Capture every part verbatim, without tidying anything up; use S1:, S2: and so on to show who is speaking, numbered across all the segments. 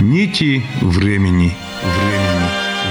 S1: Нити времени. Времени.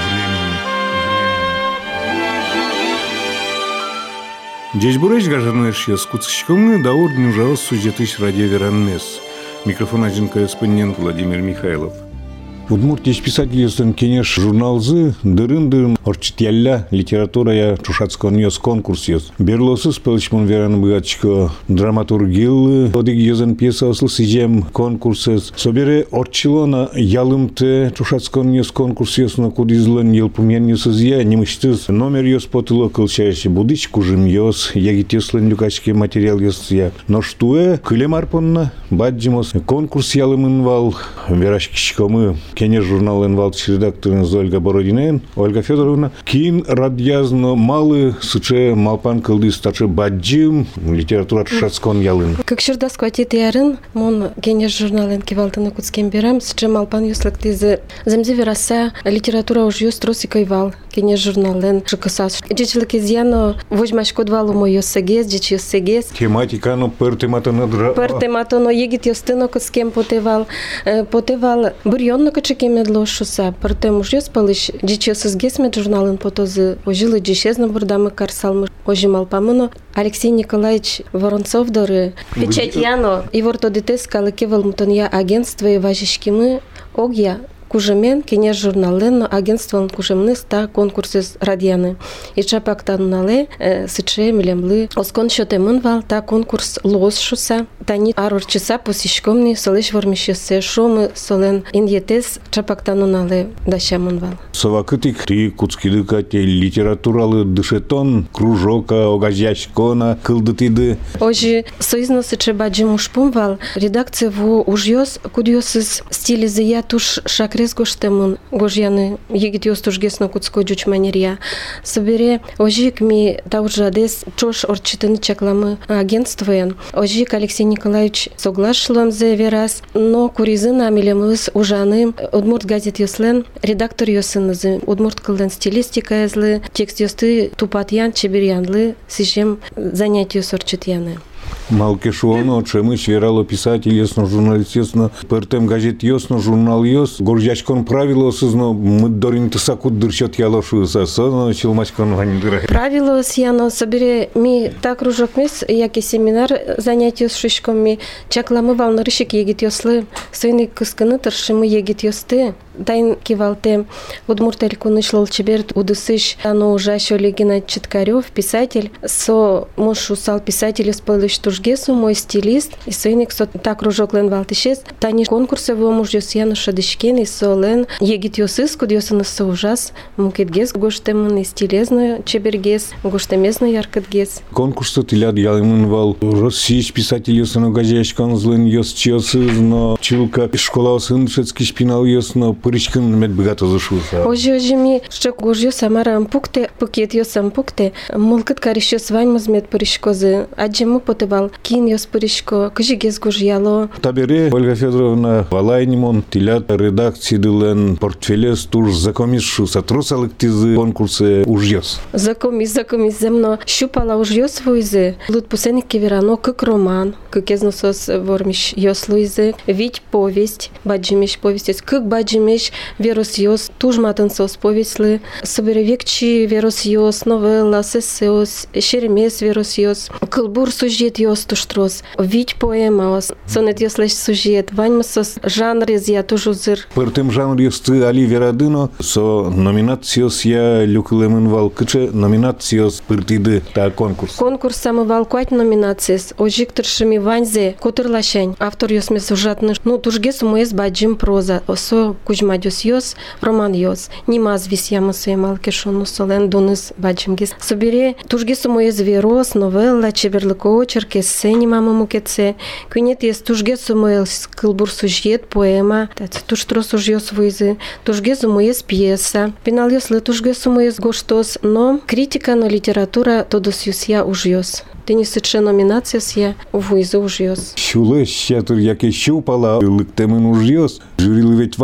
S1: Здесь бураж гажарныш я скуцчикомны даур днюжаос сюжетыш радиоверанмес. Микрофон один корреспондент Владимир Михайлов. Удмуртия писательствен кенеш журналзы дырын-дырын орчитялля литература я чушацкон ёс конкурс ёс. Берлосыз пылычмон веран быгачко драматургил одыг ёзан пьеса осыл сижем конкурсыз. Собере орчилона ялымты чушацкон ёс конкурс ёсна кудизлын елпумен ёсыз я немыштыз номер ёс потыло кылчайши будыч кужым ёс ягитеслын люкачке материал ёс я. Но штуэ кылемарпонна баджимос конкурс ялымын вал верашкишкомы Кенеш журнал «Энвалдыш» редакторын Ольга Бородинен, Ольга Федоровна. Кин радиязно малы сыче малпан кылды стачы баджим литература чушацкон ялын.
S2: Как шырда скватит ярын, мон кенеш журналын кивалтыны куцкен берам, сыче малпан юслыктызы земзе вераса литература уж юс тросикой вал. Кенеш журналын шыкысас. Джечлык изъяно возьмаш кодвалу мой йосегес, джеч йосегес.
S1: Тематика, ну, пер тематоно дра...
S2: Пер тематоно егит йостыно куцкен потевал. Потевал бурьонно качеке медлошуса. Пертем уж йос палыш джеч йосегес мед журналын потозы. Ожилы джешезно бурдамы карсалмы. Ожи малпамыно. Алексей Николаевич Воронцов доры. Печать яно. И вортодитес калыкевал мутонья агентство и важишкимы. Огья. Кужемен, кенеш журнален, агентствон кужемны ста конкурсы радианы. И чапактан нале сыче милемлы. Оскон шотемын вал та конкурс лос шуса. Тани арор часа посещкомни солеш вормишесе шомы солен иньетес чапактану нале дащамын вал.
S1: Совакытик ти куцкидыкате литературалы дышетон, кружока, огазяшкона, кылдытиды.
S2: Ожи соизно сыче баджим ушпум вал. Редакция во ужьёс, кудьёсыз стилизия туш шакре Гоштемун, гожьяны, егит ёстуш гесно куцкой джуч манерия. Собере, ожик ми таужадес, чош орчитыны чакламы агентствоен. Ожик Алексей Николаевич соглашылам зе верас, но куризына милемлыс ужаны, удмурт газет ёслен, редактор ёсынызы, удмурт кылден стилистика язлы, текст ёсты тупатьян, чеберьянлы, сижем занятию сорчитьяны.
S1: Малкешуоно, чемыш верало писатель ясно, журналист ясно, пертем газет ясно, журнал яс, горжачкон правило сызно, мы дорин тысакут дырчат ялошу сасо, челмачкон ванидыра.
S2: Правило сяно, собере ми так кружок мес, як и семинар занятия с шишком ми, чакламы валнарышек егит яслы, свойный кысканы таршимы егит ясты. Тайн кивалте удмуртель кунышлол чеберт удысыш, оно уже шоли Геннадий Читкарев, писатель, со муж усал писатель исполнилось тужгесу, мой стилист, и свойник со так кружок лен валтышес, тани конкурсы во муж яну шадышкен, и со лен егит йосыс, кудьёсына со ужас, мукетгес, гоштемын и стилезную чебергес, гоштемезную яркотгес.
S1: Конкурсы тиляд ялымын вал, российш писатель йосыно газяшкан злын йос чиосыз, но чилка школа сын шецкий шпинал йосно, Пыричкин мед богато зашуса.
S2: Ожи ожи ми шек гожьё самара ампукте, пакет ёс ампукте, молкат карищё сваньмыз мед пыричкозы, аджему потывал, кин ёс пыричко, кажигез гожьяло.
S1: Табере Ольга Федоровна валайнимон тилят редакции дылен портфелес туж закомисшу сотрусалык тизы конкурсы уж ёс.
S2: Закомис, закомис земно щупала уж ёс вуйзы. Лут пусеник кеверано, как роман, как езносос вормиш ёс луйзы, вить повесть, баджимиш повесть, как баджимиш верос йос, туж матансос повеслы, соберевекчи верос йос, новелла, сесеос, шеремес верос йос, кылбур сюжет йос туштрос, вить поэма ос, сонет йос леш сюжет, ваньмасос жанр я туж узыр.
S1: Пертем жанр йос ты али верадыно, со номинациос я люклемын вал кыче номинациос пыртиды та конкурс.
S2: Конкурс самый вал куать номинациес, ожик тершими ваньзе, котырлашень, автор йос мес ужатны, ну тужгесу моес баджим проза, осо Кузьмадюс йос, роман йос, нимаз вис ямасуе малкешону солен дуныс баджимгес. Собере тужгесу моє зверос, новелла, чеберлыко очерк, эссе нимама мукетсе. Кюнет ес тужгесу моє кылбур сюжет, поэма, туштрос уж йос вызы, тужгесу моє пьеса. Пенал йос лы тужгесу моє гоштос, но критика, но литература тодос юс я уж йос. Ти не сыче номинация я вуйзы уж йос.
S1: Щулы щатыр, яке щупала, лыктемын уж йос. Журилы ведь вань сылы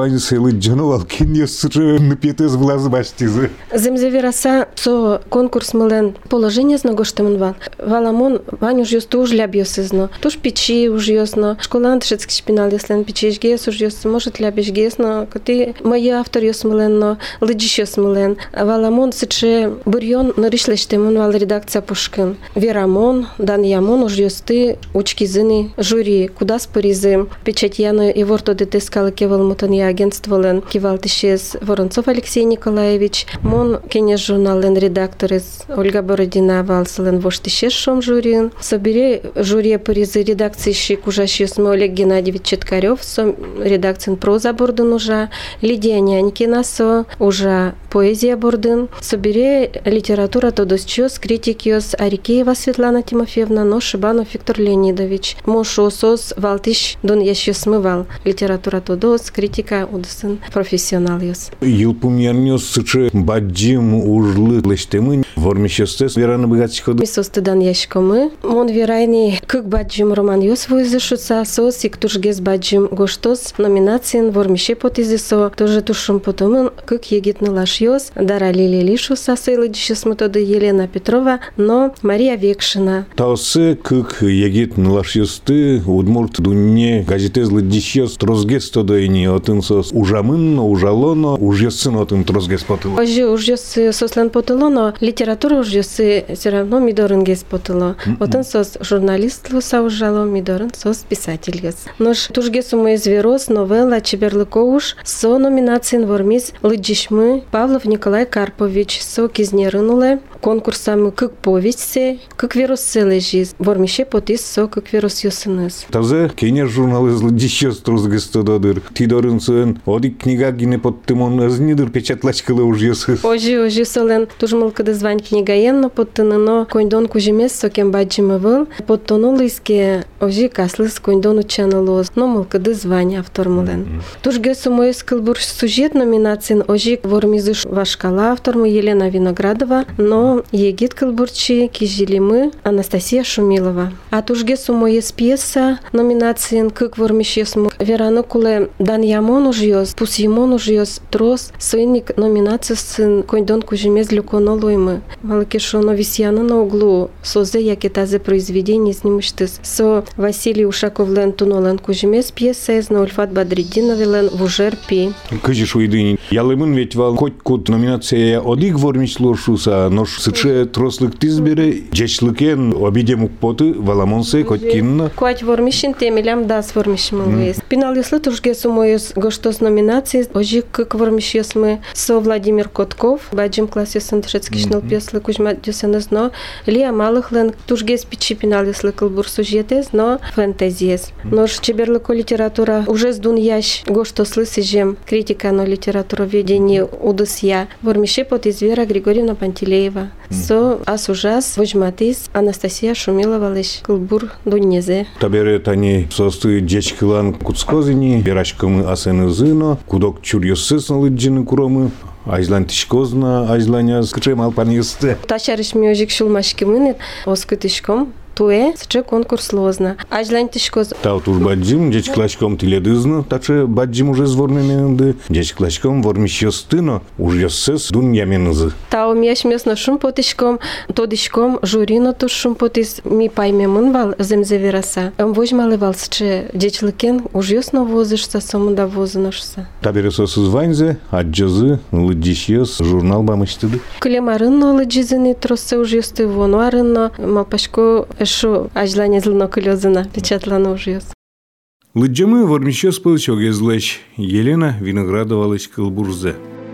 S1: лыджану алкин ёсычы нупетез влаз баштизы.
S2: Земзевераса со конкурс мылен положение зно гоштемын вал. Валамон вань уж ёсты уж ляб ёсызно. Туж печи уж ёсно. Школант шецки шпинал ёслен печи жгес уж ёс может ляб жгесно. Коты мои автор ёс мылен, но лыджиш ёс мылен. Валамон сыче бурьон нарышлештемын вал редакция пушкин. Верамон, дан ямон уж ёсты учкизыны жюри. Куда споризы. Печать яно и ворто детескала кевал мутания агентстволен. Кивал тишес Воронцов Алексей Николаевич. Мон кенеш журнален редактор из Ольга Бородина валсален вож тишес шом жюрин. Собери жюри поризы редакции щик ужаш ёсмы Олег Геннадьевич Четкарев. Сом редакцин проза бордын ужа. Лидия Нянькина со ужа поэзия бордын. Собери литература тодосчёс критикиос Арикеева Светлана Тимофеевна, но Шибанов Виктор Леонидович. Мошу сос валтиш дон еще смывал. Литература тодос, критика удосын профессионал ёс.
S1: Юлпум ярнёс сыче баджим ужлы лештемын вормищестес вераны богатых ходу.
S2: Мисос тыдан ящикомы. Мон верайни кык баджим роман ёс войзышуца сос и ктушгес баджим гоштос номинациен вормище потизисо. Тоже тушум потомын кык егитны лаш ёс. Дара Лили Лишуса сейлыдищес методы Елена Петрова, но Мария Векшина.
S1: Таусы кык егитны лаш ёсты удмурт дунне газетез лыдищес трозгес тодойни отынсос ужамынно ужалоно уж ёсын отын трозгес потыло.
S2: Ожи уж ёсы сослен потыло, но литература уж ёсы все равно мидорын гес потыло. Отынсос журналист луса ужало, мидорын сос писатель ёс. Нож тужгес умы зверос новелла Чеберлыко уж со номинациен вормиз лыджишмы Павлов Николай Карпович со кизнерынуле конкурсам кык повестьсе, кык веросы лежиз. Вормище потис со кык верос ёсыныз.
S1: Тазе кенеш журнализ лыджишес трозгес тододыр. Тидорын сын одик книга гине подтымон ызнидыр печатлачкылы уж ёсы.
S2: Ожи ожи солен тужмылкыды звань книгаенно подтыны, но коньдон кужемес сокем баджимы был. Подтонулы иске ожи каслыс коньдон учанулоз. Но мылкыды звань автор мылен. Тужгесу мой скылбур сюжет номинациен ожи вормизыш вашкала автор мы Елена Виноградова, но егит кылбурчи кижилимы Анастасия Шумилова. А тужгесу мой пьеса номинациен кык вормишесму Верану куле дан ямон уж ёс, пус ямон уж ёс трос сойник номинация сын коньдон кужемез люконолуймы. Малакешоно висьяна на углу созе якетазе произведение снимыштыз. Со Василий Ушаковлен тунолен кужемез пьеса из на Ульфат Бадреддиновелен в ужер пи.
S1: Кыжиш уйдыни. Ялымын ведь вал хоть кут номинация одик вормиш лошуса, нош сыче трослык тизбере, джечлыкен обидемук поты валамонсе хоть кинна.
S2: Куать вормишин темелям дас вормишмылвес. Пинал юслы тужгесу моюс гоштос номинации ожи кык вормиш ёсмы со Владимир Котков, баджим класс ёсын тышецки шныл пьеслы кужма дюсенез, но Лия Малыхлен тужгес пичи пинал юслы кылбур сюжетез, но фэнтезиез. Нож чеберлыко литература уже сдун ящ гоштослы сижем критика но литературоведение удысья. Вормише под извера Григорьевна Пантелеева. Со ас ужас вожматис Анастасия Шумилова лиш кылбур дуньезе.
S1: Табере тани состы джечкылан куцкозини, берачкамы асенызыно, кудок чурьёсысно лыджины куромы, айзлан тишкозна, айзланя скрем алпаньёсты.
S2: Тачарыш мёжик шулмашки мынет, оскы тишком. Туе, сче конкурс лозна. Ажлань тишкоз.
S1: Тау туж баджим, джечклачком тиледызно, таче баджим уже зворнененды, джечклачком вормищёстыно, уж ёссес дун яменызы.
S2: Тау мяш мясно шум потишком, тодишком журино туш шум потис ми пайме мынвал земзевераса. Ам вожмалывал сче джечлыкен уж ёсно возышса сомуда возынышса.
S1: Табересос званьзе, аджозы, лыджишьёс, журнал бамыштыды.
S2: Клемарынно лыджизыны троссе уж ёсты вонуарынно, малпашко шо ажлане злно кылёзына печатлано уж ёс.
S1: Лыджамы вормищёс пылчок езлэч, Елена Виноградова лэч кылбурзе.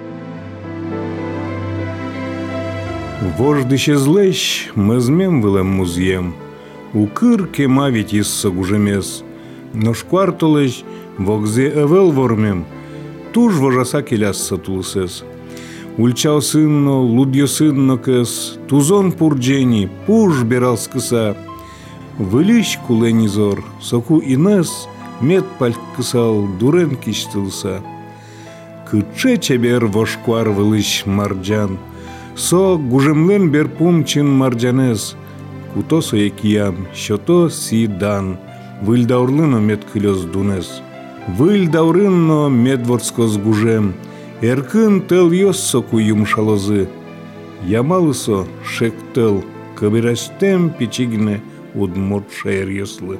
S1: Вождыще злэч, мызмем вылем музьем, укыр кема ведь иссо гужемес, но шквартолэч вогзе эвел вормем, туж вожаса келясса тулсес. Ульчал сынно, лудьё сынно кэс, тузон пурджени, пуж берал скыса. Вылищ куленизор, соку инес, мед пальк кысал, дурен киштылса. Кыче чебер вошкуар вылыщ марджан, со гужемлен бер пумчин марджанес, куто соекиян, щото си дан, выльдаурлыно мед кылёс дунес. Выль даурынно медворскоз гужем, эркын тел йоссо куюм шалозы. Ямалысо шек тел, кабирастем пичигне удмурт шаер йослы.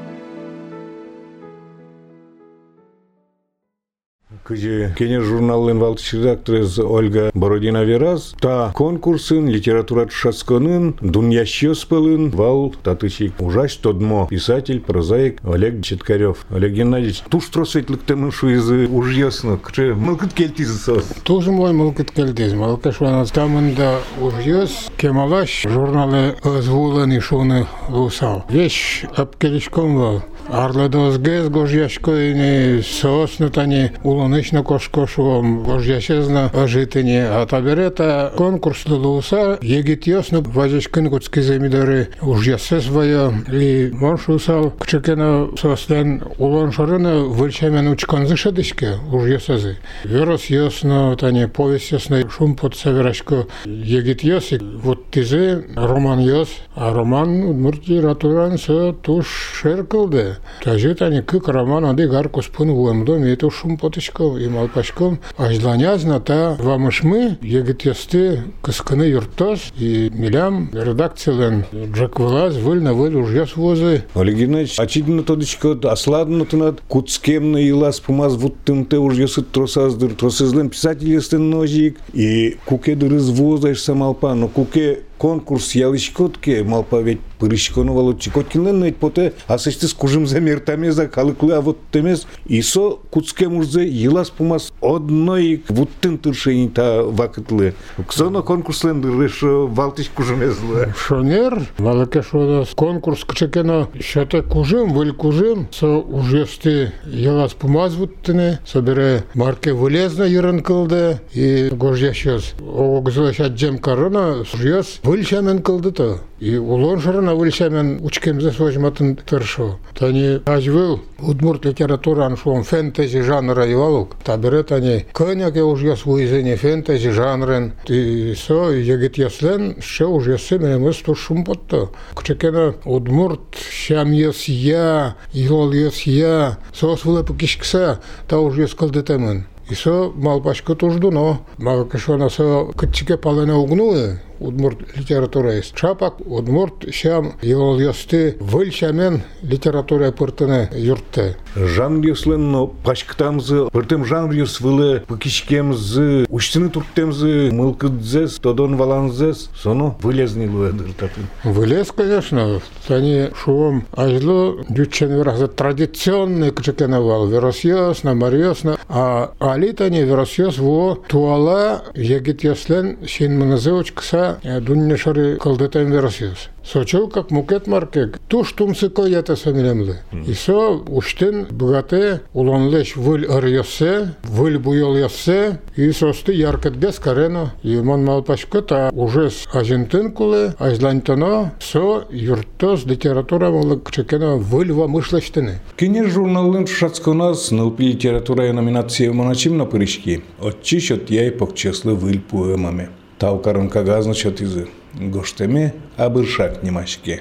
S1: Кыже кене журналын валтыш редакторез Ольга Бородина Вераз та конкурсын литература шацконын дуньящёс пылын вал татычик ужаш тодмо писатель, прозаик Олег Четкарев. Олег Геннадьевич, туш тросветлыктымын шуизы уж ясно, кче мылкыт келтизысыз.
S3: Тоже мой мылкыт келтиз, мылкышвана тамында уж яс кемалаш журналы озвулын ишуны лусал. Вещь обкелишком вал. Арледоз гез гожьяшкойни сооснутани улонычно кошкошуом гожьяшезна ожитыни. А таберета конкурс луса егит ясно вазишкин гудски земидары уж ясе свое и маршусал кчекена сослен улон шарына выльчамен учканзы шедышке уж ясезы. Верос ясно тани повесть ясно шум под северашко егит ясик. Вот тизе роман яс, а роман удмурти ратуран со туш шеркалде. Тажит они как роман ады гарку спун в уэмдом, и это шум потычком и малпачком. Ажланязна та вамышмы, егет ясты кысканы юртос, и милям редакциялен джек вылаз, выль на выль уж яс возы.
S1: Олег Геннадьевич, очевидно тодычко осладно тынат, куцкемны илас пумаз вот тымте уж ясыт тросаздыр, тросызлен писатель ястын ножик, и куке дырыз возаешься малпа, но куке конкурс ялышкотке малпа ведь пырышкону валут чикоткинлен нейт поте, а сечтис кужим за мертамеза калыклы, а вот темез, исо куцкем урзе елас пумас одной вуттын тыршени та вакытлы. Ксоно конкурслен дырыш валтыш кужимезлы.
S3: Шонер, малыке шонос конкурс кчекено шате кужим, выль кужим, со ужесты елас пумаз вуттыны, собере марке вылезна юрын кылды, и гожьящёс огзылыш аджем карына, сужьёс выльчамен кылды-то. И улон шарына выльчамен учкемзе свожматын тыршо. Тани ажвыл удмурт литературан шуом фэнтези жанра евалук. Таберет они коняке уж яс уизене фэнтези жанрен. И со егет яслен ще уж ясы менемысту шумпотто. Кчекена удмурт шам яс я, илол яс я, соос вылепу кишкса, та уж яс кылдытемын. И со малпашка туждуно. Малкашона со кытчике палene угнулы. Удмурт литература есть. Чапак удмурт шам елол ясты выльчамен литература пыртыны юртты.
S1: Жанр яслен, но пашктамзы, пыртым жанр яс вылы пыкишкемзы, уштыны турктемзы, мылкыдзес, тодон валанзес, соно вылезни луэдыр татын.
S3: Вылез, конечно. Тани шуом ажло дючен веразы традиционный кчекенавал. Веросьёсно, марьёсно. А алитани веросьёс во туала егит яслен шин маназевоч кса дунне шары калдетен веросьёс. Сочел как мукет маркек. Туш тумсы коята самилемлы. И со уштын богате улонлеш выль арьёсе, выль буйол яссе, и состы яркет без карено. И мон малпашкота уже с ажентынкулы, ажлантано, со юртос литература малы кчекена выльва мышлештыны.
S1: Кене журналын шацконаз нылпи литература номинация моначим на пырышки. Отчищот яй покчеслы выль поэмами. Таукарын кагазначат изы. Гоштеме абыршак немашке.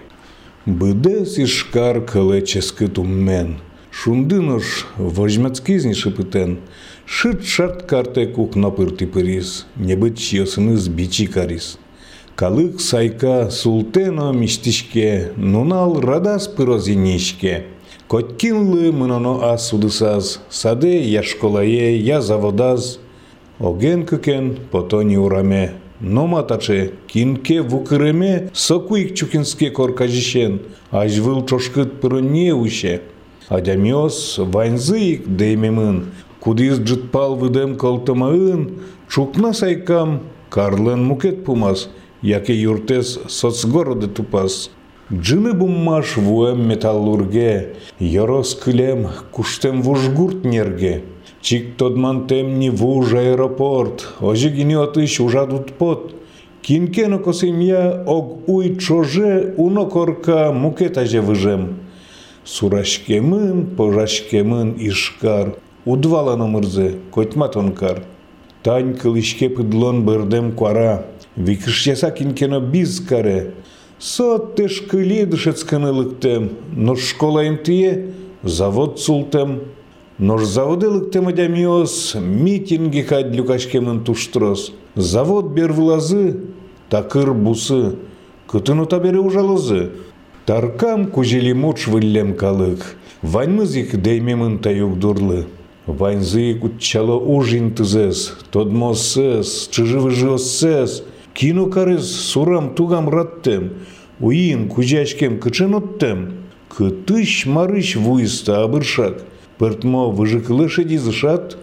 S1: Быдес ишкар калеческы туммен. Шундыныш вожмацкизни шипытен. Шит шарт карте кук напырты пырис. Не быть чьёсыныз бичи карис. Калык сайка султено миштишке. Нунал радас пырозинишке. Коткинлы мыноно асудысаз. Саде я школае, я заводаз. Оген кыкен потони ураме. Номатаче кинке вукыреме сокуик чукинске коркажишен, аж выл чошкыт пырыне уще. Адямёс вайнзыик деймемын, кудиз джытпал выдем колтымаын, чукна сайкам карлен мукет пумас, яке юртес соцгороды тупас. Джины буммаш вуэм металлурге, йорос кылем куштем вужгурт нерге. Чик тодман темни вуж аэропорт, ожи гинеотыш ужадут пот. Кинкено косимья ог уй чоже унокорка мукетаже выжем. Сурашкемын, пожашкемын ишкар, удвала номырзе, котьматонкар. Тань кылышке пыдлон бырдем куара, викышьяса кинкено бизкаре. Сот теш кыли дышецканы лыктем, но школа имтие, завод султем. Нож заводылык темадямиос митинги хад люкашкемын туштрос. Завод бервлазы, такыр бусы, кытыну табере ужалозы. Таркам кужели муч выллем калык, ваньмызик деймемын таюк дурлы. Ваньзык уччало ужин тызес, тодмо сес, чыжывы жиос сес, кино карыз сурам тугам раттем, уин кужачкем кычын оттем, кытыш марыш вуйста абыршак, пыртмо выжыкылышы дизышат.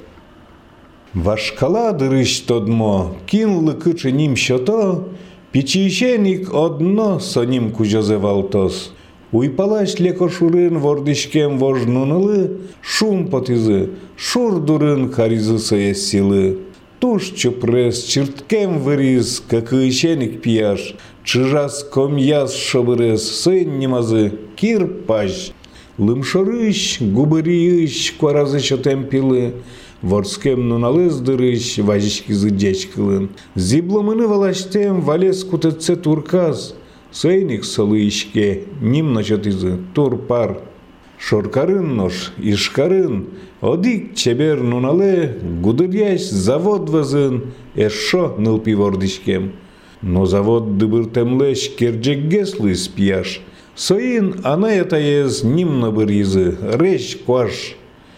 S1: Вашкала дырыш тодмо, кинлы кычы ним щото, пичишеник одно соним кужозе валтос. Уйпалаш леко шурын вордышкем вожнунылы, шум потызы, шур дурын каризы соес силы. Туш чупрес чырткем вырыз, как ищеник пияш, чыжас комьяс шобырес, сын немазы, кирпаш. Лымшорыш, губырыш, кваразы чотем пилы, ворскем нуналыз дырыш, важички зыдечкылын. Зибломыны валаштем валес кутыце турказ, Сейник солыишке, ним начатызы, турпар. Шоркарын нож, ишкарын, одик чебер нунале, гудыряш завод вазын, эшо нылпи вордышкем. Но завод дыбыртемлеш керджекгеслы спияш. Соин анаятаез ним набыризы, речь кваш.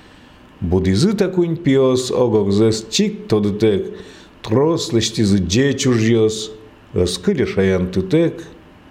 S1: Будизы такунь пиос огогзес чик тодытек, трос лештизы дже чужьос, оскыле шаян тытек.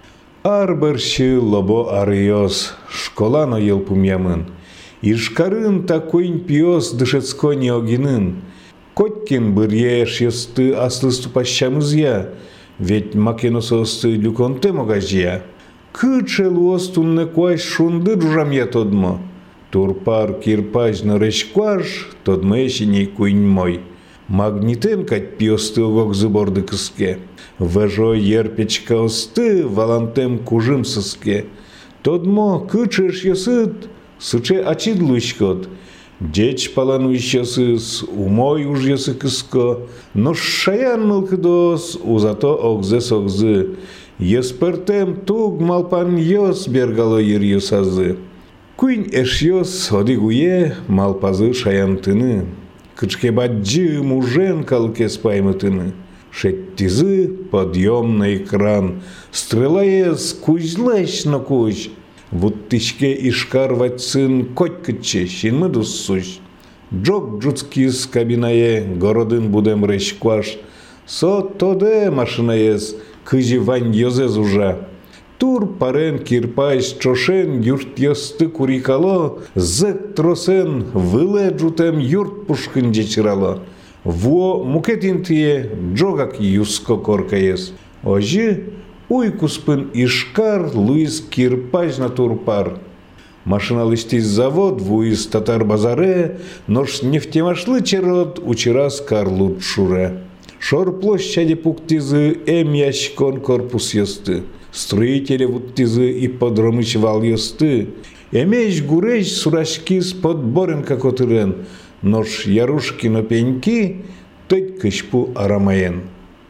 S1: Арбырши лобо арыйос, школано елпумямын. Ишкарын такойн пиос дышецко неогинын. Коткин бырьеш есты аслыступащамызя, ведь макенососты люконте могажья. Кычел остунне куаш шунды джужамья тодмо. Турпар кирпаж норечкуаш, тодмо ещиней куйнь мой. Магнитен кать пиосты огок зыборды кыске. Вежо ерпечка осты валантем кужым сыске. Тодмо кычеш есыт, сыче ачидлышкот. Деч палануиш есыс, умой уж есы кыско. Но шаян мылкыдос, узато огзес огзы. Еспертем туг малпан йос бергало ер йосазы. Куйн эш йос одигуе малпазы шаянтыны. Кычкебаджи мужен калкес паймытыны. Шеттизы подъем на экран. Стрела ез кузлэш на куч. Вот тычке ишкар ватсын котькыче шинмыдус суч. Джок джуцкис кабинае городын будем речкваш. Со тоде машина ез кыжи вань йозез ужа. Тур парен кирпаш чошен юрт йосты курикало, зэк тросен выле джутем юрт пушкын жечирало. Во мукетинтие джогак юско коркаес. Ожи уйкуспын ишкар луис кирпаш на турпар. Машиналыстиз завод вуис татар базаре, нож нефтемашлы черот учерас карлут шуре. Шор площади пуктизы эм ящикон корпус йосты. Строители вуттизы и подромыч вал йосты. Эмеч гуреш сурашкис подборен какотырен. Нож ярушкино пеньки тыть кышпу арамаен.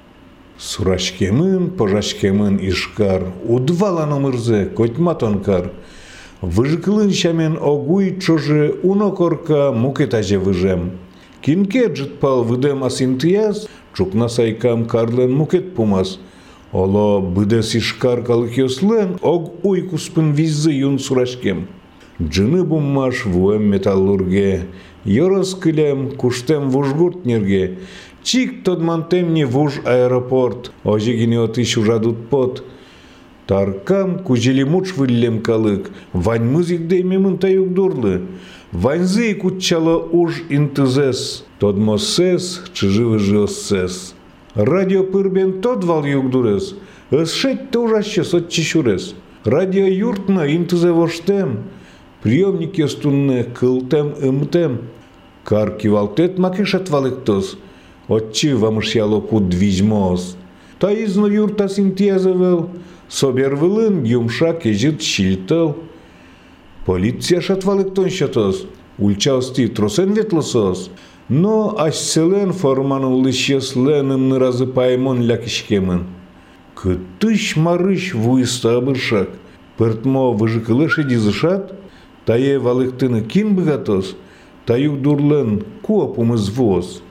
S1: Сурашкемын, пожашкемын ишкар, удвала номырзе, котьма тонкар. Выжыкылын шамен огуй чоже унокорка мукетаже выжем. Кинке джитпал выдем асинтияс, чукна сайкам карлен мукет пумас. Оло быдес ишкар калыкёслен ог уйкуспын виззы юн сурашкем. Джыны буммаш вуэм металлурге, йорос кылем куштем вужгуртнерге. Чик тодмантем не вуж аэропорт, ожигини отыш ужадут пот. Таркам кужели муч выллем калык, вань мызик деймемын таюк дурлы. Ваньзы кучало уж интызес, тодмо сес, чыжывы жиоссес. Радио пырбен тод вал юк дурес, эсшеть то ужаще сот чешурес. Радио юртна интызе воштем, приемник естунне кылтем ымтем. Карки валтет макешет валыктос, отчи вамышяло куд движмос. Та изно юрта синтезавел, собер вылын юмшак ежит шильтел. Полиция шатвалыктон шатос, ульчаусти тросен ветлосос. Но асселен форманын лышеслен разы паймон лякишкемын. Кытыш марыш вуйста абыршак, пыртмо выжыкылышы дизышат, тае валыктыны кин быгатос, таюк дурлен куопумыз воз.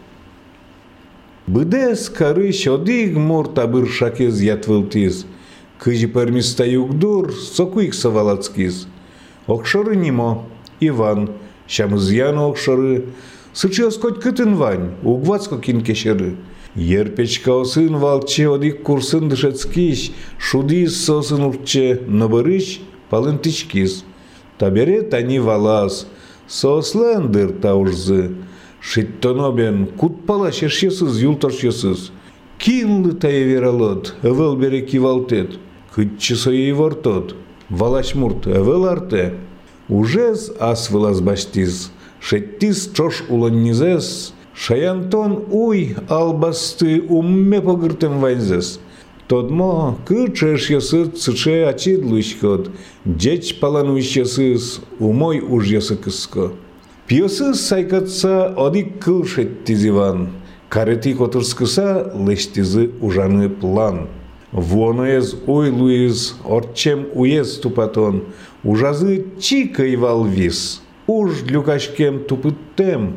S1: Быдес карыш одиг мор табыр шакез ятвылтиз. Кыжи пермис таюк дур сокуик савалацкиз. Окшоры нимо, Иван, шамыз яну окшоры, сычиос коть кытын вань, угвацко кинкешеры. Ерпечка осын валче одик курсын дышецкиш, шудиз сосын урче, нобырыш палынтичкиз. Табере тани валаз, сослендыр таужзы. Шиттонобен кутпала шешесыз юлтошесыз. Кинлы тая вералот, эвел бере кивалтет. Кытчы соей вортот, валашмурт эвел арте. Ужез ас вылаз баштиз, шеттиз чош улоннизес. Шаянтон уй албасты умме погыртым вайнзес. Тодмо кычеш ясыт цыче ачидлышкот, деч палануйшесыз умой уж ясыкыско. Пьесыз сайкатса одик кыл шеттиз Иван, карети котырскыса лештизы ужаны план. Воноез ойлуиз, орчем уез тупатон, ужазы чикай валвис, уж люкашкем тупыттем.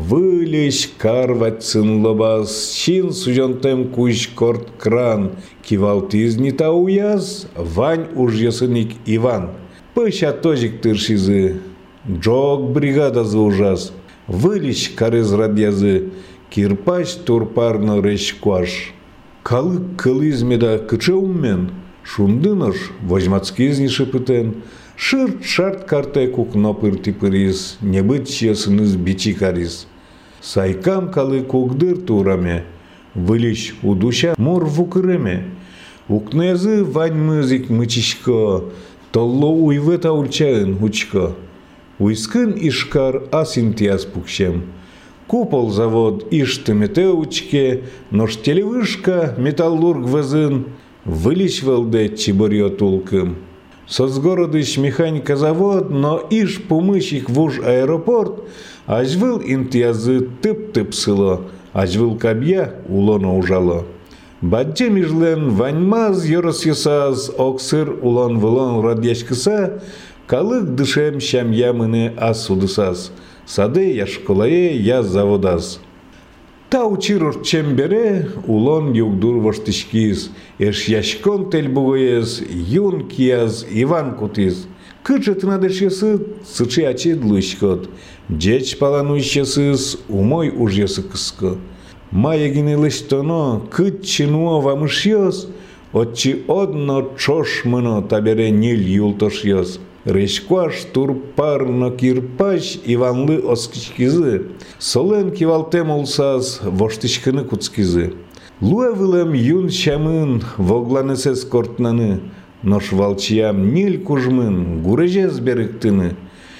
S1: Вылещ карвать цын лобас, чин сужонтем куш корт кран, кивалтиз не та уяз, вань уж ясыник Иван. Пыща тожик тыршизы, джок бригада за ужас, вылещ карыз радьязы, кирпач турпарно речкуаш. Калык кылызмеда кыче уммен, шундыныш возьмацкизни шепытен, шырт шарт карте кукно пырти-пырис, не быть чесыныз бичи карис. Сайкам калы кукдыр тураме, вылищ удуща мор вукыреме. Укнезы вань мызик мычишко, толло уйвета ульчаын учко. Уйскын ишкар асинтиас пукшем. Купол завод ишты метеучке, нож телевышка металлург везын, вылищ велде чиборьё тулкым. Созгородыш механика завод, но иш помыщик вуж аэропорт, ажвыл интиязы тып-тып сыло, ажвыл кабья улоно ужало. Бадже мижлен ваньмаз йорос ясаз, оксыр улон-вылон радьяшкыса, калык дышем щам ямыны ас удысаз, саде я школае я заводаз. Та учирур чембере улон югдур воштышкиз, эш яшкон тель бугоез, юн кияз, Иван кутиз. Кычет надышесы, сычи ачидлышкот, деч палануйшесыз, умой уж ясыкыско. Маягины лыштоно, кыччинуо вамышьёс, отчи одно чош мыно табере нил юлтошьёс. Речкуаш турпарно кирпач Иванлы оскичкизы, солен кивалтем улсаз воштышкыны куцкизы. Луэвылем юн шамын вогланесес кортнаны, нош валчиям ниль кужмын гурежез берыктыны.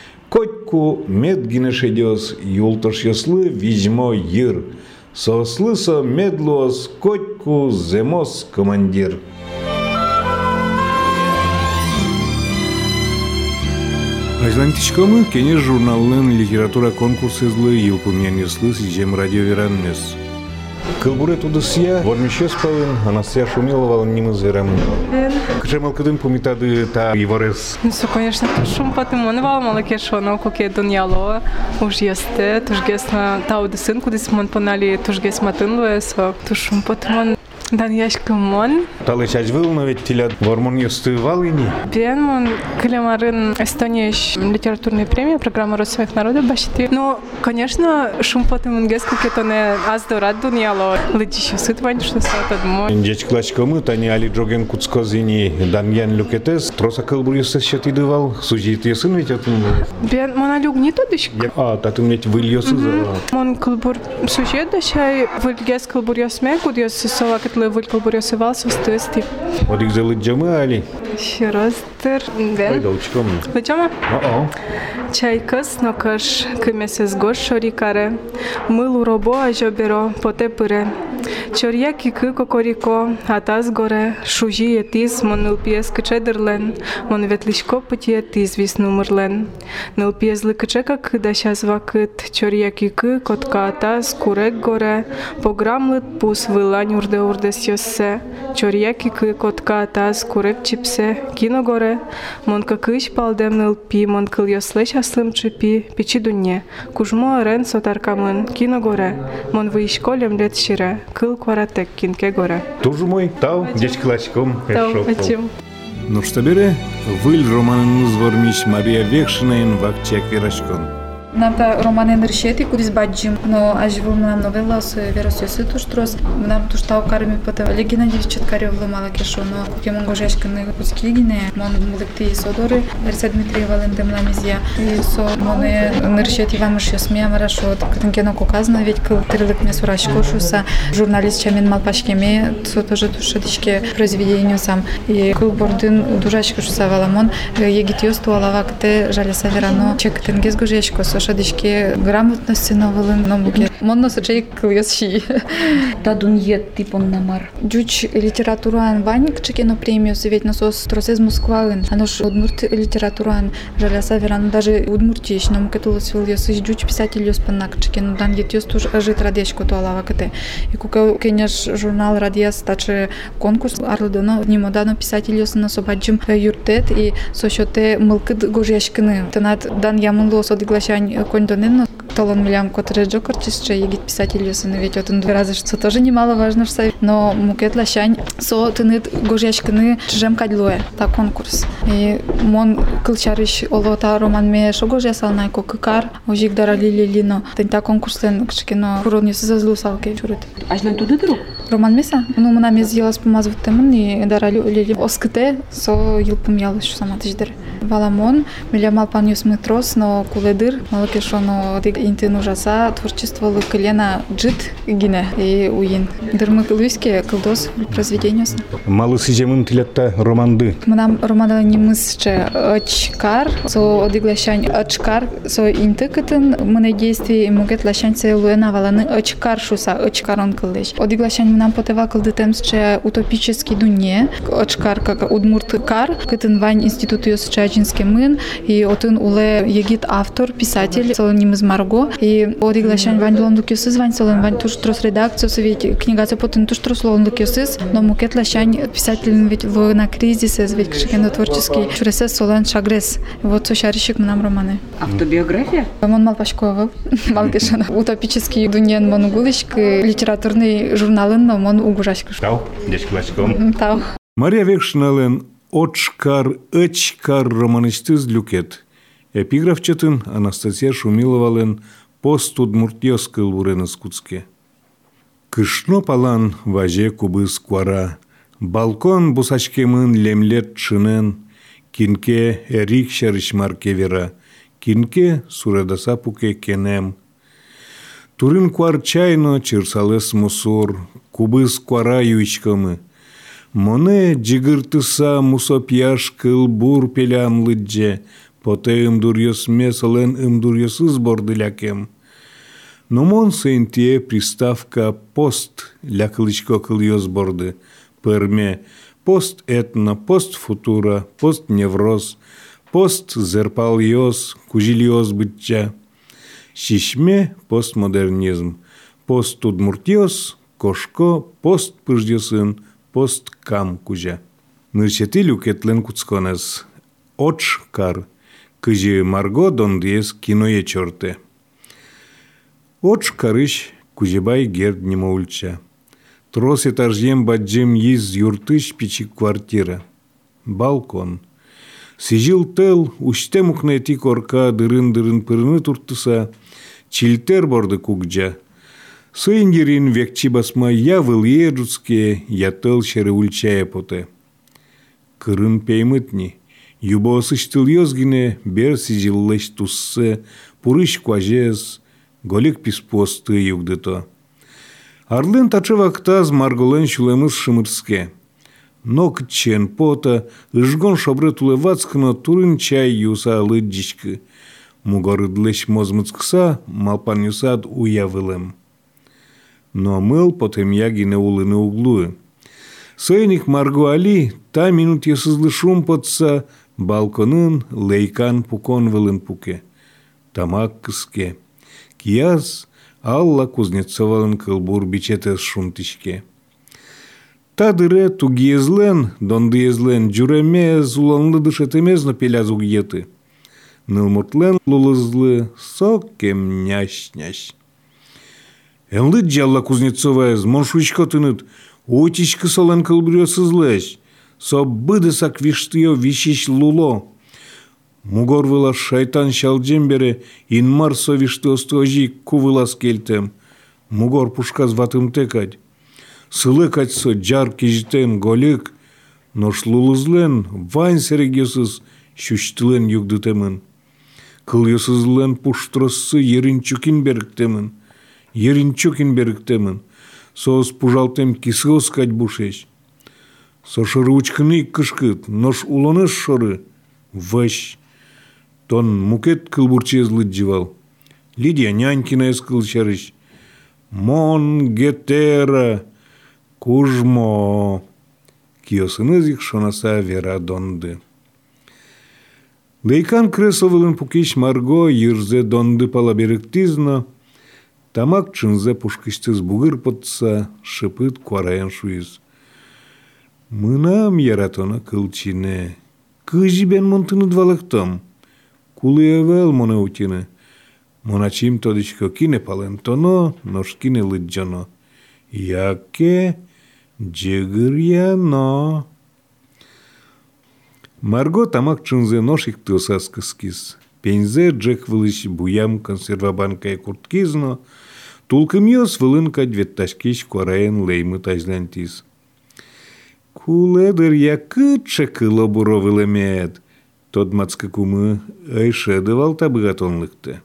S1: Котьку медгинешедёс юлтошьёслы визьмо йыр, сослысо медлуос котьку земос командир. Айзлантичкомы кенеш журналын литература конкурсызлы елпумянеслы сижем радио веранмес. Кылбуре тудысия, вормещес палын, Анастасия Шумилова нимыз верамын. Кычемал кыдын пумитады та иворес.
S4: Ну, все, конечно, шум патымон валмала кешоно, коке дуняло, уж есте, туж гесна тауды сын, кудыс мон понали, туж гес матынлуэсо, туж шум патымон. Дан яшкымон.
S1: Талыч ажвыл, но ведь телят вормон ёсты валыни.
S4: Бен, мон кылемарын Эстония литературная премия, программа «Россовых народов» башти. Ну, конечно, шум патымон гес, коке тоне аздорат дуняло, лыдищу сыт вань, что сатадмо.
S1: Деч клачкомы, тани али джоген куцкозини даньян люкетес, троса кылбурьёсы счетидывал, сужит есын ведь отын.
S4: Бен, мона люк не тодыш.
S1: А, татым ведь выльёсы за.
S4: Мон кылбур сужет, дашай выльгес кылбурьёсме, кудьёсы салакет выль кылбурьёсы вал сустысти.
S1: Одик залыджамы али.
S4: Еще раз тер. Бен.
S1: Ой, долчком.
S4: Лычама?
S1: О-о.
S4: Чайкас, нокаш, кымесес гош шорикаре. Мыл уробо ажоберо, поте пыре. Чор'я кіки кокоріко, атаз горе, шужіє тіз, мон нилпіє скичедерлен, мон ветлішко потіє тіз вісну мерлен. Нилпіє зликичека кидаща звакит, чор'я кіки, котка атаз, курек горе, пограмлит пус вилань урде урдес йосе. Чор'я кіки, котка атаз, курек чіпсе, кіно горе, мон какиш палдем нилпі, мон кил йослеч аслим чипі, пічі дунє, кужмо арен сотаркамин, кіно горе, мон вишколем лет шире, кыл кваратек кинке горе.
S1: Тоже мой тау, дечка лачком.
S4: Тау, ачим.
S1: Ну что бере, выль романын звормиш Мария Векшинайн вакчак верашкон.
S5: Нам та роман енергетик кудись баджим, но аж вим нам новела с веросьоси туштрос, нам туштав карми пота легина дівчаткарів лимала кешо, но куки монгожешка не куцькігіне, мон млекти содори, Верса Дмитрий Валентин Ламізія, і со моне енергети вам ще смія марашо, катанкено коказна, ведь кыл тирлик мне сурашко шуса, журналист чамин малпашкеме, со тоже тушадичке произведению сам, и кыл бордын дужачка шуса валамон, егитьёс туалава кте жалеса верано, чек тенгез гожешко, со шадички грамотности новелин науки. Монно сочей класши.
S6: Та дуньет типом намар.
S5: Джуч литературан ваник чекено премию совет насос тросез Москвалин. Оно ж удмурт литературан жаляса веран даже удмуртиш, но мукетуло свил ясыш джуч писатель ёс панак чекено дан етёс туж ажит радешко туалава кате. И кука кеняш журнал радиас таче конкурс арлодоно нимодано писатель ёс на собаджим юртет и сошоте мылкыд гожешкины. Танат дан ямыло содиглашань кондоненно талон милям который джокерчис че егит писатель ёсыны ведь отын разы что тоже немаловажно что но мукет лашань со тынет гожешкины чжем кадлуэ та конкурс и мон кылчарыш олота роман ме шого жасалнай ко кыкар ожик дарали лино та конкурслен кшкино хуронья сазлу салке чурит
S6: Ажлен туды друг
S5: роман меса ну мына мез елас помазывать темын и дарали лили оскыте со юлпум ялыш сама тиждер валамон милямал пан ёс метрос но куледыр малакешоно интин ужаса творчество лукалена джит гине и уин дырмы кылвиске кылдос произведение.
S1: Малы сижемын тилетта романды.
S5: Мнам романда немысче очкар со одиглашань очкар со интыкытын мына действий мугет лашань се луена валаны очкар шуса очкар он кылдыш. Одиглашань мнам потева кылдытемсче утопический дуне очкар как удмурткар кытын вань институт ёсче аджинский мын и отын уле егит автор писатель солоним из Марго и одиглашань вань лондук ёсыз вань солон вань туш трос редакцию совет книга потен туш трос лондук ёсыз но мукет лашань писатель ведь на кризисе ведь кшекено творческий чуресес солон шагрес вот сошарищик нам романы
S6: автобиография
S5: мон малпашкова малкешана утопический дуньен монгулышк литературный журналын но мон угужашка
S1: Тау, дешклачком.
S5: Тау.
S1: Мария Векшинален очкар очкар романистыз люкет. Эпиграф чатын Анастасия Шумиловален пост удмуртьёс кылбурен искутске. Кышно палан важе кубыз куара, балкон бусачкемын лемлет чынен, кинке эрик шарышмар кевера, кинке суредаса пуке кенем. Турин куар чайно чырсалес мусор, кубыз куара юичкамы. Моне джигыртыса мусопьяш кылбур пелямлыдже, поте ымдурьёс месален ымдурьёсыз бордылякем. Но мон сентие приставка пост лякылычко кыльёс борды. Перме пост этно, пост футура, пост невроз, пост зерпальёс, кужилиёс бытча. Шишме постмодернизм, пост удмуртьёс, кошко, пост пыждёсын, пост кам кужа. Нырчети люкетлен куцконес. Очкар. Кыжи Марго дондиес киное чорте. Очкарыш кужебай герд немоульча. Трос этажем баджем yiz юртыш пичик квартира. Балкон. Сижил тел, уште мукнети корка дырын-дырын пырыны туртыса, чилтер борды кукджа. Сыйнгерин векчи басма я выл ежуцке, я тел шере ульчая поте. Кырын пеймытни. Юбо сыштыл ёзгине, бер сижиллэш туссе, пурыш кважез, голик писпосты югдыто. Арлен тачевактаз марголен шулемыз шымырске. Нок чен пота, ыжгон шобре тулевацкно турын чай юса лыджичкы. Мугорыдлэш мозмыцкса, малпан юсад уявылем. но мыл потом ягине улыны углуы. Сойник Марго Али та минут есызлы шум потса балконын лейкан пукон вылын пуке. Тамак кыске. Кияз Алла Кузнецовалын кылбур бичетес шумтишке. Тадыре тугиезлен, дондыезлен джуремез, уланлы дышетемезно пелязуг еты. Нылмуртлен лулызлы сокем няш-няш. Энлы джалла Кузнецоваез, моншучко тыныт, утичкы солен кылбурёсызлэш, со быдысак виштыё вишиш луло. Мугор вылаш шайтан шалджем бере, инмар со вишты остожи кувылас келтем. Мугор пушказ ватым текать. Сылыкать со джар кижтен голик, нош лулызлен, вайн серегесыз, шуштылен югдытемын. Кыльосызлен пуштроссы еринчукин беріктемін. Еринчукин беріктемін. Соос пужалтем кисыос кать бушеш. Со шыручкыны кышкыт, нош улоныш шоры. Вэш. Тон мукет кылбурчезлы дживал. Лидия нянькина эскыл чарыш. Мон гетера. Кужмо. Киосынызик шонаса вера донды. Лейкан кресовылын пукиш Марго йырзе донды пала беректизно. Тамак чынзе пушкыштыз бугыр потса шыпыт куараян шуиз. Мынам яратона кылчине. Кыжи бен монтыны двалыктом. Кулы эвел моне утине. Моначим тодичко кине палентоно, нош кине лыджано. Яке джегырьяно. Марго тамак чынзе ношик тылсас кыскиз. Пензе джек вылыш буям консервабанкай курткизно, тулкымьёс вылынкать ветташкиш куараен леймы тажлантиз. Куледыр якытша кыло буро вылемет, тод мацка кумы айшедывал табыгатонлыкты.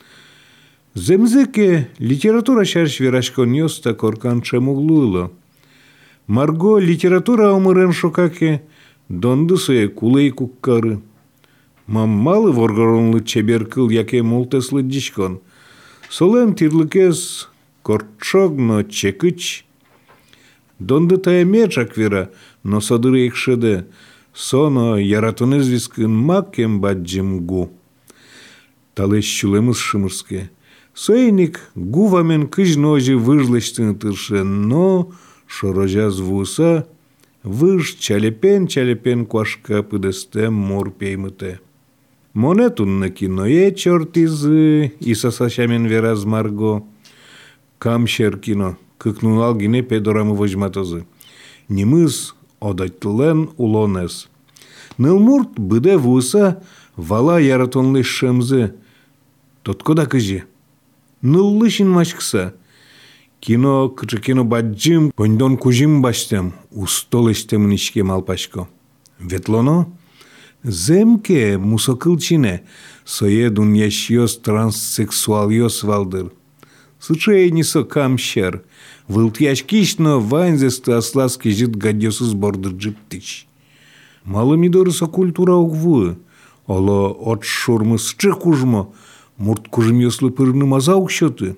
S1: Земзеке литература шарш верашкон йоста коркан чемуглуйло. Марго литература омырен шокаке, донды сое кулей куккары. Маммалы воргоронлы чебер кыл яке молтеслы дишкон. Солем тирлыкез корчогно чекыч. Донды тая мечак вера, но садыры экшеде. Соно яратонез вискын макем баджимгу. Талеш чулемыз шымырске. Сойник гувамен кыжножи выжлыштын тырше, но шорожа звуса выж чалепен-чалепен куашка пыдестем мор пеймыте. Монетун на киное чертизы и сосащамен вераз Марго. Камшер кино, кыкнунал гине педорамы вожматозы. Нимыз одатлен улонес. Нылмурт быде вуса вала яратонлы шемзы. Тоткода кыжи. Ныллышин машкса. Кино кычыкино баджим, кондон кужим баштем, устол эштемін ишке малпашко. Ветлоно? Земке мусокылчине, сое дуньяшьёс транссексуальёс валдыр. Сычейнисо камшер, вылтьяшкишно вайнзесты асласки жит гадьёсыз бордыр джиптыч. Малы мидорысо культура угвы, оло от шурмы счых кужмо, мурт кужим ёслы пырны мазаук шоты.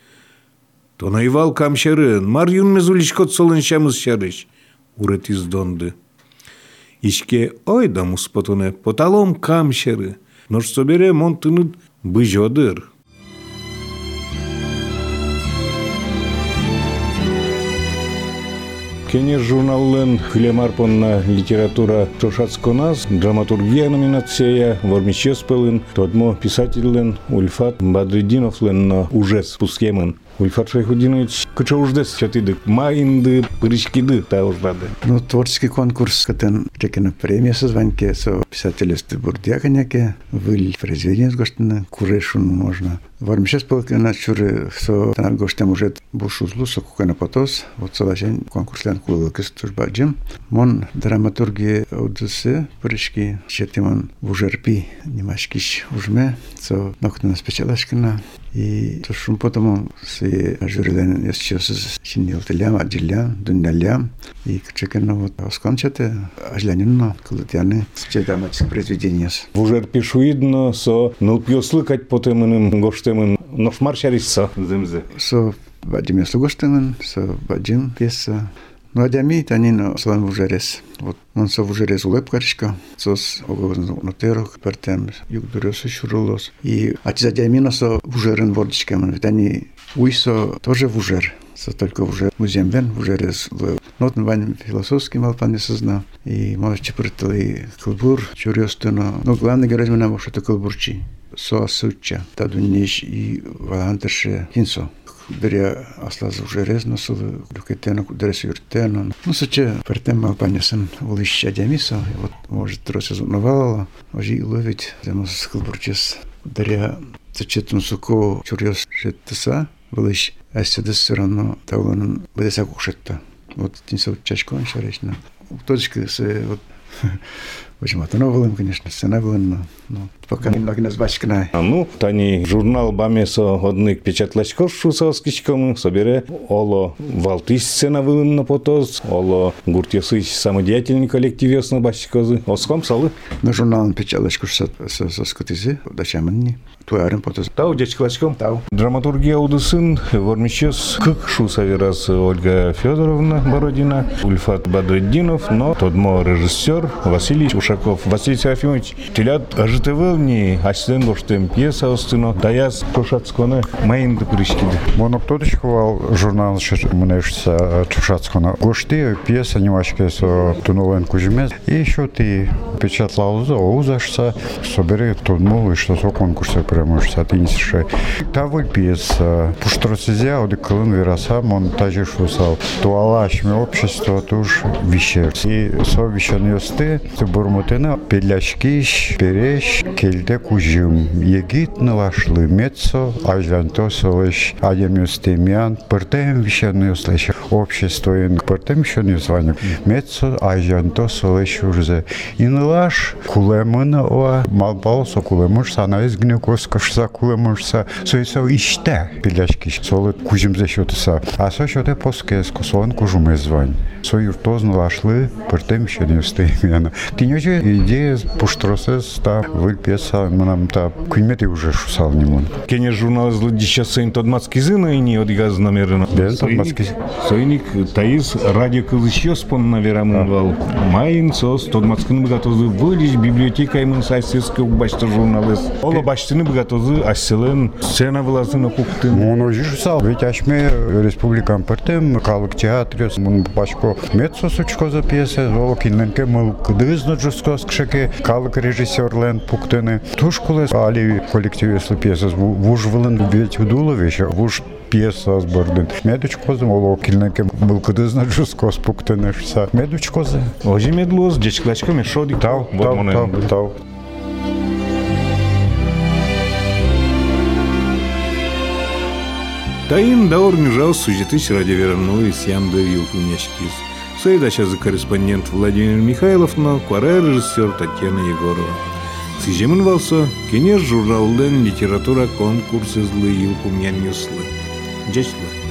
S1: Тонайвал камшерын, мар юнмезулишкот солын шамыз шарыш, урет из донды. Ишке ойда муспотоне поталом камшеры, нош собере монтынут быжодыр. Кенеш журналын хлемарпонна литература Тошацконас, драматургия номинация, вормичес пылын, тодмо писательлен Ульфат Бадридиновлен на ужес пускемын. Ульфат Шайхудинович, кыча уждес чатыдык, майынды, пырышкиды та уждады.
S7: Ну, творческий конкурс, катен чекена премия созваньке, со писательстве бурдяканяке, выль произведение сгоштена, курешун можно. Вормичес пылкена чуры, со танат гоштем уже бушузлу, со кукана потос, вот солачен конкурслен кулылкыс тужбаджим. Мон драматургия аудусе, пырышки, четимон вужерпи, немашкиш ужме, со ноктена спечалашкена. И то шум потом се жюрилен я сейчас чинил телям, аджилям, дунялям. И чекенно вот оскончате, ажлянинно, колотяны, драматическое произведение.
S1: Уже пишуидно, со нылпьё слыкать потемыным гоштемын, но шмаршарис со земзе.
S7: Со Вадим Яслугоштын, со Вадим пьеса. Ну, а дями, танин, слан вужерес. Вот, он со вужерес улеп каришка, сос оговозн нотерок, пертем, юг дурёсы шурулос. И атиза дямина со вужерен вордичкем, ведь они уйсо тоже вужер. Со только вужер музеем вен, вужерес. Нотн вань философский малпан не сознал. И малыш чепртали кылбур, чурёстыно. Но главный герой меня может это кылбурчи. Со суча, тадуниш и валантерше хинсо. Беря аслаз уже резносыл, люкетено, кудрес юртено. Ну, соче, пертем малпанесен улища дямиса, вот, может, тросся зунавала, ожи ловить, демос скылбурчес. Беря цечетун суко чурьос жеттеса, вылищ, а седес все равно тавланын бедеса кушетта. Вот, тинсо чачкон шаречна. Точка се, вот, очень матановалым, конечно, сцена была, но, но пока немного нас бачкна.
S1: Ну, тани журнал бамесо одних печатлачков шусовскичком собере оло валтис сцена вылынна потоз, оло гуртесыч самодеятельный коллектив ясно бачкозы. Оском салы.
S7: На журнал печатлачков со скотизи, дачаманни. Туарен потоз.
S1: Тау дячклачком. Тау. Драматургия удысын вормичес как шусаверас Ольга Федоровна Бородина, Ульфат Бадреддинов, но тодмо режиссер Василий Ушаков. Василий Серафимович телят ажитывал мне асистент гоштем пьеса остыно даяс Чушацконе майнды пришкиды.
S8: Моно ктодышковал журнал мнешся Чушацкона. Гошты пьеса немашке со туновен кужмез. И еще ты печатлал за узашса собери тодмо и что со конкурса премуешься тинсше. Таволь пьеса пуштросезя одеколын вераса монтажи шусал. Туалашми общество туж вещер. И со вещаньосты бурмутына пеляшкиш переш кельде кужим. Егит налашли мецо ажлянто солыш адемюстемян пертем вещаньослыш. Общество ин пертем вещаньосланик. Мецо ажлянто солыш урзе. И налаш кулемына о малбалсо кулемуш санайз гнекос кашса кулемушса соисо иште пеляшкиш солы кужим за счётса. А со счёте поскеско сон кужуме звань. Союртоз налашли пертем вещаньостемян. Тинёче идея пуштросес та выльпеса нам та куймети уже шусал немон.
S1: Кене журнал злодища сын тодмацки зына и не одгаз намерено.
S8: Без тодмацки.
S1: Сойник таис радио кылыч спон наверамынвал. Майын сос тодмацкины богатозы вылиш библиотека имын сайсеска убачты журналес. Ола бачтыны богатозы асселен сцена влазына пуктын.
S8: Моно жишусал. Ведь ашме республикам пертем калык театрес мун бачко мецо сучко за пьеса золо кинленке мыл кыдызно жускос кшеке калык режиссер лен пуктыны. Тушкулес али коллектив если пьеса вуж вылын ведь удулович вуж пьеса сбордын. Медучкозы оло кинленке мыл кыдызно жускос пуктыны шса. Медучкозы.
S1: Ожи медлоз дечклачка мешодик.
S8: Тау, тау, тау, тау.
S1: Таин даор мюжал сюжетыч ради веранной сям да вилкунячкис. Соедача за корреспондент Владимир Михайлов, но кваре режиссер Татьяна Егорова. Сижемын валса, кенеш журналден литература конкурсы злы юлкумьян юслы. Джечлы.